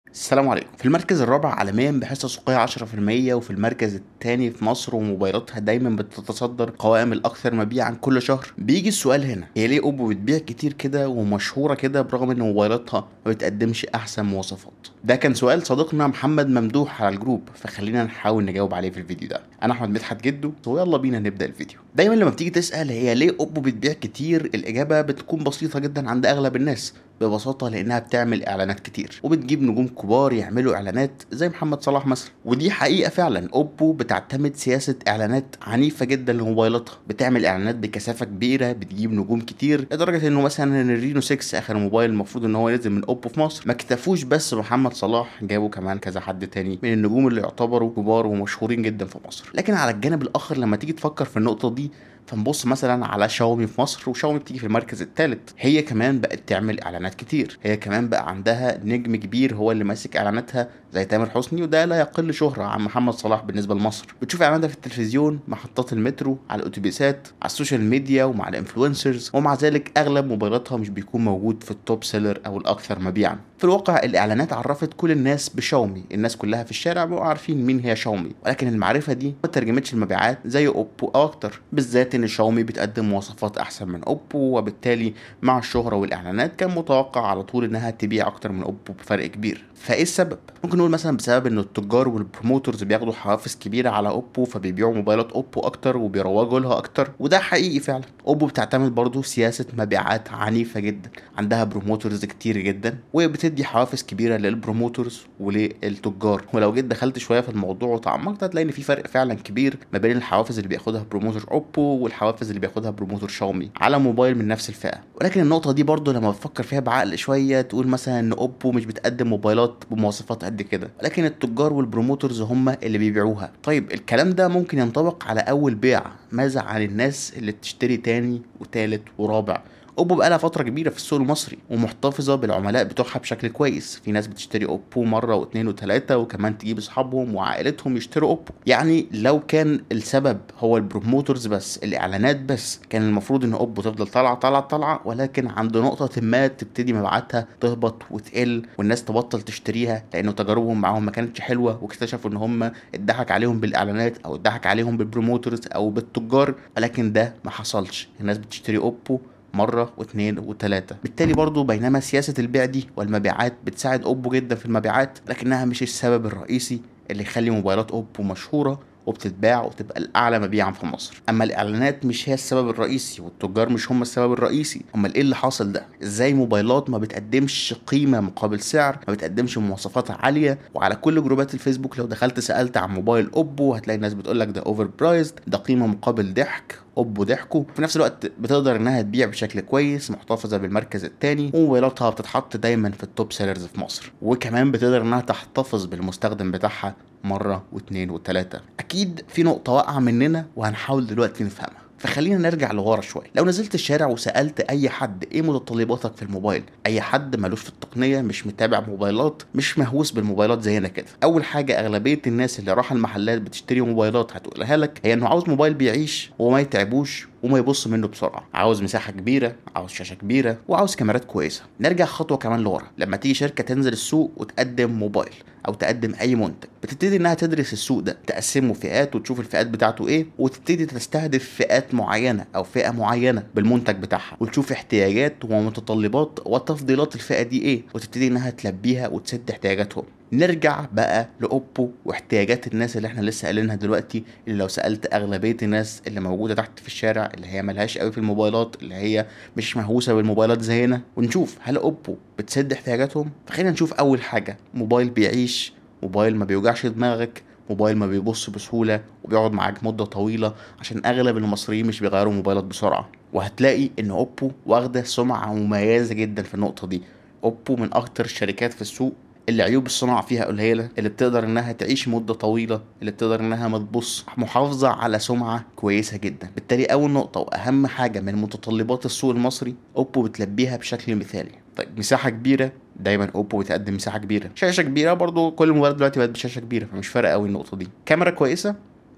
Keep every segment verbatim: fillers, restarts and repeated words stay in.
السلام عليكم. في المركز الرابع عالميا بحصة سوقية عشرة في المية، وفي المركز الثاني في مصر، وموبايلاتها دايما بتتصدر قوائم الأكثر مبيعا كل شهر. بيجي السؤال هنا، هي ليه أوبو بتبيع كتير كده ومشهورة كده برغم إن موبايلاتها ما بتقدمش أحسن مواصفات؟ ده كان سؤال صديقنا محمد ممدوح على الجروب، فخلينا نحاول نجاوب عليه في الفيديو ده. أنا أحمد مدحت جده، ويلا بينا نبدأ الفيديو. دايما لما بتيجي تسأل هي ليه أوبو بتبيع كتير، الإجابة بتكون بسيطة جدا عند أغلب الناس. ببساطة لأنها بتعمل إعلانات كتير وبتجيب نجوم كبار يعملوا إعلانات زي محمد صلاح مثلا. ودي حقيقة فعلا، أوبو بتعتمد سياسة إعلانات عنيفة جدا لموبايلاتها. بتعمل إعلانات بكثافة كبيرة، بتجيب نجوم كتير لدرجة إنه مثلا الرينو ستة آخر موبايل المفروض إن هو ينزل من أوبو في مصر، ما اكتفوش بس محمد صلاح، جابوا كمان كذا حد تاني من النجوم اللي يعتبروا كبار ومشهورين جدا في مصر. لكن على الجانب الآخر لما تيجي تفكر في النقطة دي، فنبص مثلا على شاومي في مصر، وشاومي بتيجي في المركز الثالث. هي كمان بقت تعمل اعلانات كتير، هي كمان بقى عندها نجم كبير هو اللي ماسك اعلاناتها زي تامر حسني، وده لا يقل شهرة عن محمد صلاح بالنسبة لمصر. بتشوف اعلاناتها في التلفزيون، محطات المترو، على الاتوبيسات، على السوشيال ميديا، ومع الانفلونسرز. ومع ذلك اغلب موبايلاتها مش بيكون موجود في التوب سيلر او الاكثر مبيعا. في الواقع الاعلانات عرفت كل الناس بشاومي، الناس كلها في الشارع بقوا عارفين مين هي شاومي، ولكن المعرفة دي ما ترجمتش المبيعات زي اوبو او اكتر، بالذات ان شاومي بتقدم مواصفات احسن من اوبو. وبالتالي مع الشهرة والاعلانات كان متوقع على طول انها تبيع اكتر من اوبو بفرق كبير. فايه السبب؟ ممكن نقول مثلا بسبب ان التجار والبروموترز بياخدوا حوافز كبيره على اوبو، فبيبيعوا موبايلات اوبو اكتر وبيروجوا لها اكتر. وده حقيقي فعلا. اوبو بتعتمد برضو سياسه مبيعات عنيفه جدا، عندها بروموترز كتير جدا وبتدي حوافز كبيره للبروموترز وللتجار. ولو جيت دخلت شويه في الموضوع وتعمقت، هتلاقي ان في فرق فعلا كبير ما بين الحوافز اللي بياخدها بروموتر اوبو والحوافز اللي بياخدها بروموتر شاومي على موبايل من نفس الفئه. ولكن النقطه دي برضو لما بتفكر فيها بعقل شويه، تقول مثلا ان اوبو مش بتقدم موبايلات بمواصفات قد كده، لكن التجار والبروموترز هم اللي بيبيعوها. طيب الكلام ده ممكن ينطبق على اول بيع، ماذا عن الناس اللي بتشتري تاني وتالت ورابع؟ اوبو بقالها فتره كبيره في السوق المصري ومحتفظه بالعملاء بتوعها بشكل كويس. في ناس بتشتري اوبو مره واثنين وثلاثه، وكمان تجيب اصحابهم وعائلتهم يشتروا اوبو. يعني لو كان السبب هو البروموترز بس، الاعلانات بس، كان المفروض ان اوبو تفضل طالعه طالعه طالعه، ولكن عند نقطه ما تبتدي مبيعاتها تهبط وتقل، والناس تبطل تشتريها لانه تجاربهم معاهم ما كانتش حلوه، واكتشفوا ان هم اتضحك عليهم بالاعلانات او اتضحك عليهم بالبروموترز او بالتجار. ولكن ده ما حصلش، الناس بتشتري اوبو مرة واثنين وثلاثة. بالتالي برضو بينما سياسة البيع دي والمبيعات بتساعد اوبو جدا في المبيعات، لكنها مش السبب الرئيسي اللي يخلي موبايلات اوبو مشهورة وبتتباع وتبقى الاعلى مبيعا في مصر. اما الاعلانات مش هي السبب الرئيسي، والتجار مش هم السبب الرئيسي، امال ايه اللي حاصل ده؟ ازاي موبايلات ما بتقدمش قيمه مقابل سعر، ما بتقدمش مواصفات عاليه؟ وعلى كل جروبات الفيسبوك لو دخلت سالت عن موبايل اوبو، هتلاقي الناس بتقول لك ده اوفر برايزد، ده قيمه مقابل ضحك، اوبو ضحكوا. في نفس الوقت بتقدر انها تبيع بشكل كويس، محتفظه بالمركز الثاني، وموبايلاتها بتتحط دايما في التوب سيلرز في مصر. وكمان بتقدر انها تحتفظ بالمستخدم بتاعها مرة واثنين وثلاثة. أكيد في نقطة واقعة مننا وهنحاول دلوقتي نفهمها، فخلينا نرجع لورا شويه. لو نزلت الشارع وسالت اي حد ايه متطلباتك في الموبايل، اي حد ملوش في التقنيه، مش متابع موبايلات، مش مهووس بالموبايلات زينا كده، اول حاجه اغلبيه الناس اللي راح المحلات بتشتري موبايلات هتقولها لك هي انه عاوز موبايل بيعيش وما يتعبوش وما يبص منه بسرعه، عاوز مساحه كبيره، عاوز شاشه كبيره، وعاوز كاميرات كويسه. نرجع خطوه كمان لورا، لما تيجي شركه تنزل السوق وتقدم موبايل او تقدم اي منتج، بتبتدي انها تدرس السوق ده، تقسمه فئات وتشوف الفئات بتاعته ايه، وتبتدي تستهدف فئات معينه او فئه معينه بالمنتج بتاعها، وتشوف احتياجات ومتطلبات وتفضيلات الفئه دي ايه، وتبتدي انها تلبيها وتسد احتياجاتهم. نرجع بقى لاوبو واحتياجات الناس اللي احنا لسه قايلينها دلوقتي، اللي لو سالت اغلبيه الناس اللي موجوده تحت في الشارع، اللي هي ملهاش قوي في الموبايلات، اللي هي مش مهووسه بالموبايلات زينا، ونشوف هل اوبو بتسد احتياجاتهم. فخلينا نشوف اول حاجه، موبايل بيعيش، موبايل ما بيوجعش دماغك، موبايل ما بيبص بسهوله وبيقعد معاك مده طويله، عشان اغلب المصريين مش بيغيروا موبايلات بسرعه. وهتلاقي ان اوبو واخده سمعه مميزه جدا في النقطه دي. اوبو من اكتر الشركات في السوق اللي عيوب الصناعة فيها قليلة، اللي بتقدر انها تعيش مدة طويلة، اللي بتقدر انها ما تبص، محافظة على سمعة كويسة جدا. بالتالي اول نقطة واهم حاجة من متطلبات السوق المصري، اوبو بتلبيها بشكل مثالي. طيب مساحة كبيرة، دايما اوبو بتقدم مساحة كبيرة. شاشة كبيرة، برضو كل الموبايلات دلوقتي بقت بشاشة كبيرة، فمش فارقة قوي النقطة دي. كاميرا كويسة،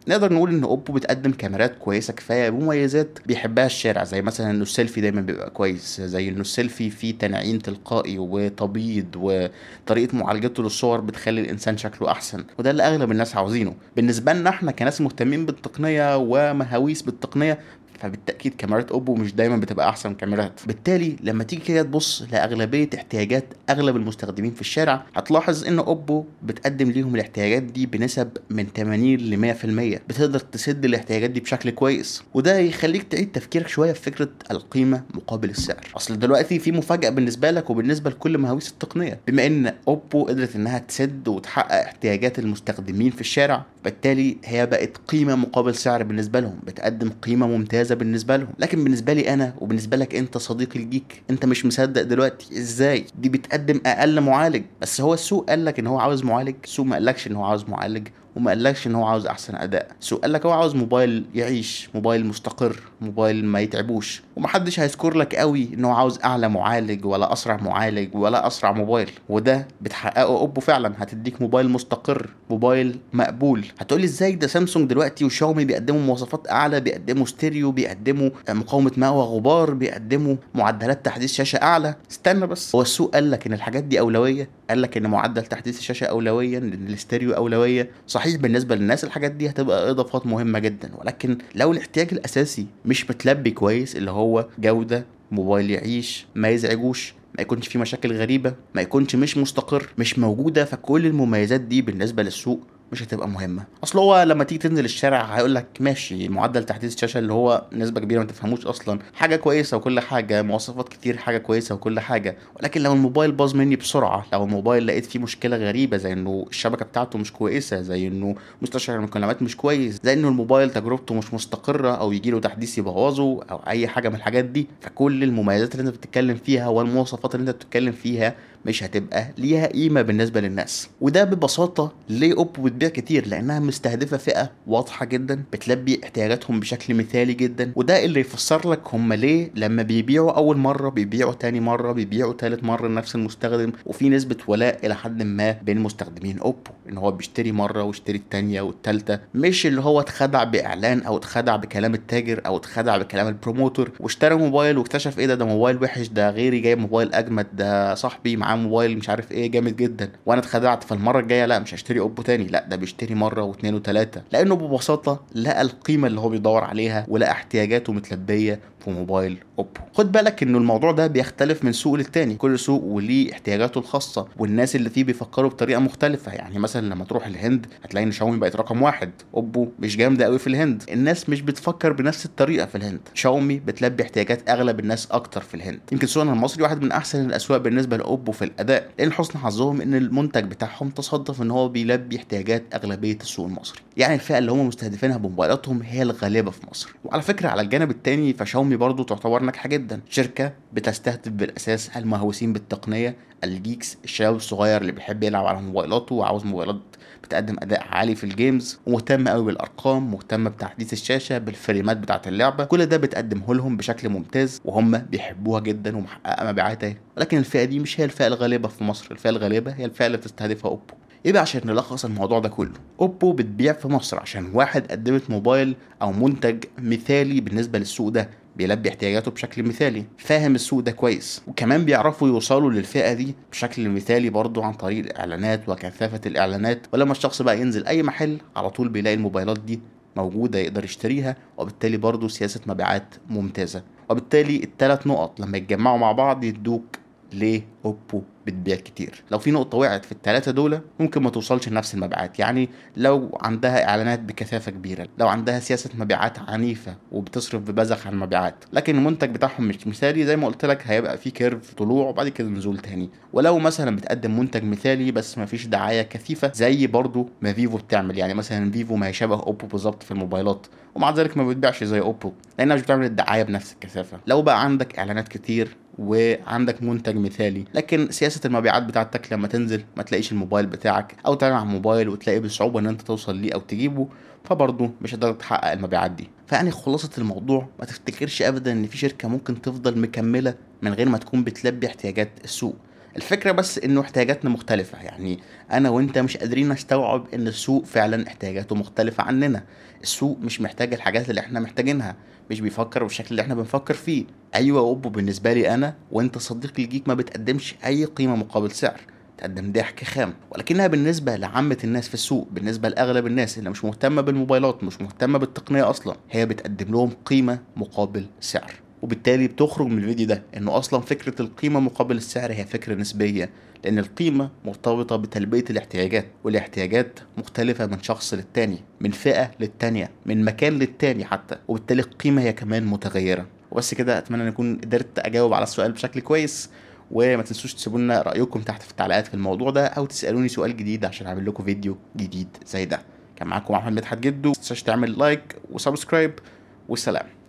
نقدر نقول ان اوبو بتقدم كاميرات كويسه كفايه بمميزات بيحبها الشارع، زي مثلا انه السيلفي دايما بيبقى كويس، زي انه السيلفي فيه تنعيم تلقائي وتبييض، وطريقه معالجته للصور بتخلي الانسان شكله احسن، وده اللي اغلب الناس عاوزينه. بالنسبه لنا احنا كناس مهتمين بالتقنيه ومهاويس بالتقنيه، فبالتأكيد كاميرات اوبو مش دايما بتبقى احسن كاميرات. بالتالي لما تيجي كده تبص لاغلبية احتياجات اغلب المستخدمين في الشارع، هتلاحظ ان اوبو بتقدم ليهم الاحتياجات دي بنسب من ثمانين ل مية في المية، بتقدر تسد الاحتياجات دي بشكل كويس. وده يخليك تعيد تفكيرك شوية في فكرة القيمة مقابل السعر. اصل دلوقتي في مفاجأة بالنسبة لك وبالنسبة لكل مهاويس التقنية، بما ان اوبو قدرت انها تسد وتحقق احتياجات المستخدمين في الشارع، بالتالي هي بقت قيمة مقابل سعر بالنسبة لهم، بتقدم قيمة ممتازة بالنسبة لهم. لكن بالنسبة لي انا وبالنسبة لك انت صديقي الجيك، انت مش مصدق دلوقتي ازاي دي بتقدم اقل معالج. بس هو السوق قال لك ان هو عاوز معالج، السوق ما قالكش ان هو عاوز معالج، وما قالكش ان هو عاوز احسن اداء. السوق قال لك هو عاوز موبايل يعيش، موبايل مستقر، موبايل ما يتعبوش. ومحدش هيذكر لك قوي ان هو عاوز اعلى معالج ولا اسرع معالج ولا اسرع موبايل، وده بتحققه اوبو فعلا. هتديك موبايل مستقر، موبايل مقبول. هتقولي ازاي ده سامسونج دلوقتي وشاومي بيقدموا مواصفات اعلى، بيقدموا ستيريو، بيقدموا مقاومه ماء وغبار، بيقدموا معدلات تحديث شاشه اعلى. استنى بس، هو السوق قال لك ان الحاجات دي اولويه؟ قال لك ان معدل تحديث الشاشه اولويه، ان الاستيريو اولويه؟ صحيح بالنسبه للناس الحاجات دي هتبقى اضافات مهمه جدا، ولكن لو الاحتياج الاساسي مش متلبي كويس، اللي هو جوده، موبايل يعيش، ما يزعجوش، ما يكونش فيه مشاكل غريبه، ما يكونش مش مستقر، مش موجوده، فكل المميزات دي بالنسبه للسوق مش هتبقى مهمه. اصل هو لما تيجي تنزل الشارع هيقول لك ماشي معدل تحديث الشاشه اللي هو نسبه كبيره ما تفهموش اصلا، حاجه كويسه وكل حاجه، مواصفات كتير حاجه كويسه وكل حاجه، ولكن لو الموبايل باظ مني بسرعه، لو الموبايل لقيت فيه مشكله غريبه، زي انه الشبكه بتاعته مش كويسه، زي انه مستشعر المكالمات مش كويس، زي انه الموبايل تجربته مش مستقره، او يجيله تحديث يبوظه، او اي حاجه من الحاجات دي، فكل المميزات اللي انت بتتكلم فيها والمواصفات اللي انت بتتكلم فيها مش هتبقى ليها قيمه بالنسبه للناس. وده ببساطه ليه اوبو بتبيع كتير، لانها مستهدفه فئه واضحه جدا، بتلبي احتياجاتهم بشكل مثالي جدا. وده اللي يفسر لك هم ليه لما بيبيعوا اول مره بيبيعوا تاني مره بيبيعوا تالت مره لنفس المستخدم، وفي نسبه ولاء الى حد ما بين مستخدمين اوبو، ان هو بيشتري مره ويشتري التانيه والتالته، مش اللي هو اتخدع باعلان او اتخدع بكلام التاجر او اتخدع بكلام البروموتور واشترى موبايل واكتشف ايه ده ده موبايل وحش، ده غيري جايب موبايل اجمد، ده صاحبي معاه موبايل مش عارف ايه جامد جدا وانا اتخدعت، فالمره الجايه لا مش هشتري اوبو تاني. لا، ده بيشتري مره واثنين وثلاثه، لانه ببساطه لقى القيمه اللي هو بيدور عليها ولقى احتياجاته متلبيه في موبايل اوبو. خد بالك انه الموضوع ده بيختلف من سوق للتاني، كل سوق وليه احتياجاته الخاصه، والناس اللي فيه بيفكروا بطريقه مختلفه. يعني مثلا لما تروح الهند هتلاقي ان شاومي بقت رقم واحد، اوبو مش جامده قوي في الهند، الناس مش بتفكر بنفس الطريقه في الهند، شاومي بتلبي احتياجات اغلب الناس اكتر في الهند. يمكن سوقنا المصري واحد من احسن الاسواق بالنسبه لاوبو في الاداء، لان حسن حظهم ان المنتج بتاعهم تصدف ان هو بيلبي احتياجات اغلبيه السوق المصري، يعني الفئه اللي هم مستهدفينها بموبايلاتهم هي الغالبه في مصر. وعلى فكره على الجانب التاني فشاومي برضو تعتبر ناجحه جدا، شركه بتستهدف بالاساس المهووسين بالتقنيه، الجيكس، الشباب الصغير اللي بيحب يلعب على موبايلاته وعاوز موبايلات بتقدم اداء عالي في الجيمز، ومهتم قوي بالارقام، مهتم بتحديث الشاشه، بالفريمات بتاعه اللعبه، كل ده بتقدمه لهم بشكل ممتاز وهم بيحبوها جدا ومحققه مبيعات اهي. ولكن الفئه دي مش هي الفئه الغالبه في مصر، الفئه الغالبه هي الفئه اللي بتستهدفها اوبو. يبقى عشان نلخص الموضوع ده كله، اوبو بتبيع في مصر عشان واحد قدمت موبايل او منتج مثالي بالنسبه للسوق ده، بيلبي احتياجاته بشكل مثالي، فاهم السوق ده كويس، وكمان بيعرفوا يوصلوا للفئة دي بشكل مثالي برضو عن طريق الإعلانات وكثافة الإعلانات. ولما الشخص بقى ينزل أي محل على طول بيلاقي الموبايلات دي موجودة يقدر يشتريها، وبالتالي برضو سياسة مبيعات ممتازة. وبالتالي الثلاث نقط لما يتجمعوا مع بعض يدوك ليه اوبو بتبيع كتير. لو في نقطة وقعت في الثلاثة دول ممكن ما توصلش لنفس المبيعات، يعني لو عندها اعلانات بكثافة كبيرة، لو عندها سياسة مبيعات عنيفة وبتصرف ببذخ على المبيعات، لكن المنتج بتاعهم مش مثالي زي ما قلت لك، هيبقى فيه كيرف طلوع وبعد كده نزول تاني. ولو مثلا بتقدم منتج مثالي بس ما فيش دعاية كثيفة زي برضو ما فيفو بتعمل، يعني مثلا فيفو ما هي شبه اوبو بالظبط في الموبايلات، ومع ذلك ما بتبيعش زي اوبو لانها مش بتعمل الدعاية بنفس الكثافة. لو بقى عندك اعلانات كتير وعندك منتج مثالي، لكن سياسة المبيعات بتاعتك لما تنزل ما تلاقيش الموبايل بتاعك، او تعلن عن موبايل وتلاقي بصعوبة ان انت توصل ليه او تجيبه، فبرضه مش هتقدر تحقق المبيعات دي. فيعني خلاصة الموضوع ما تفتكرش ابدا ان في شركة ممكن تفضل مكملة من غير ما تكون بتلبي احتياجات السوق. الفكرة بس انه احتياجاتنا مختلفة. يعني انا وانت مش قادرين نستوعب ان السوق فعلا احتياجاته مختلفة عننا. السوق مش محتاج الحاجات اللي احنا محتاجينها، مش بيفكر بالشكل اللي احنا بنفكر فيه. ايوه اوبو بالنسبة لي انا وانت صديق الجيك ما بتقدمش اي قيمة مقابل سعر، تقدم ضحك خام. ولكنها بالنسبة لعامة الناس في السوق، بالنسبة لأغلب الناس اللي مش مهتمة بالموبايلات، مش مهتمة بالتقنية أصلا، هي بتقدم لهم قيمة مقابل سعر. وبالتالي بتخرج من الفيديو ده انه اصلا فكرة القيمة مقابل السعر هي فكرة نسبية، لان القيمة مرتبطة بتلبية الاحتياجات، والاحتياجات مختلفة من شخص للتاني، من فئة للتانية، من مكان للتاني حتى، وبالتالي القيمة هي كمان متغيرة. وبس كده، اتمنى ان اكون قدرت اجاوب على السؤال بشكل كويس. وما تنسوش تسيبوا لنا رايكم تحت في التعليقات في الموضوع ده، او تسالوني سؤال جديد عشان اعمل لكم فيديو جديد زي ده. كان معاكم احمد مدحت جدو. ما تنساش تعمل لايك وسبسكرايب، والسلام.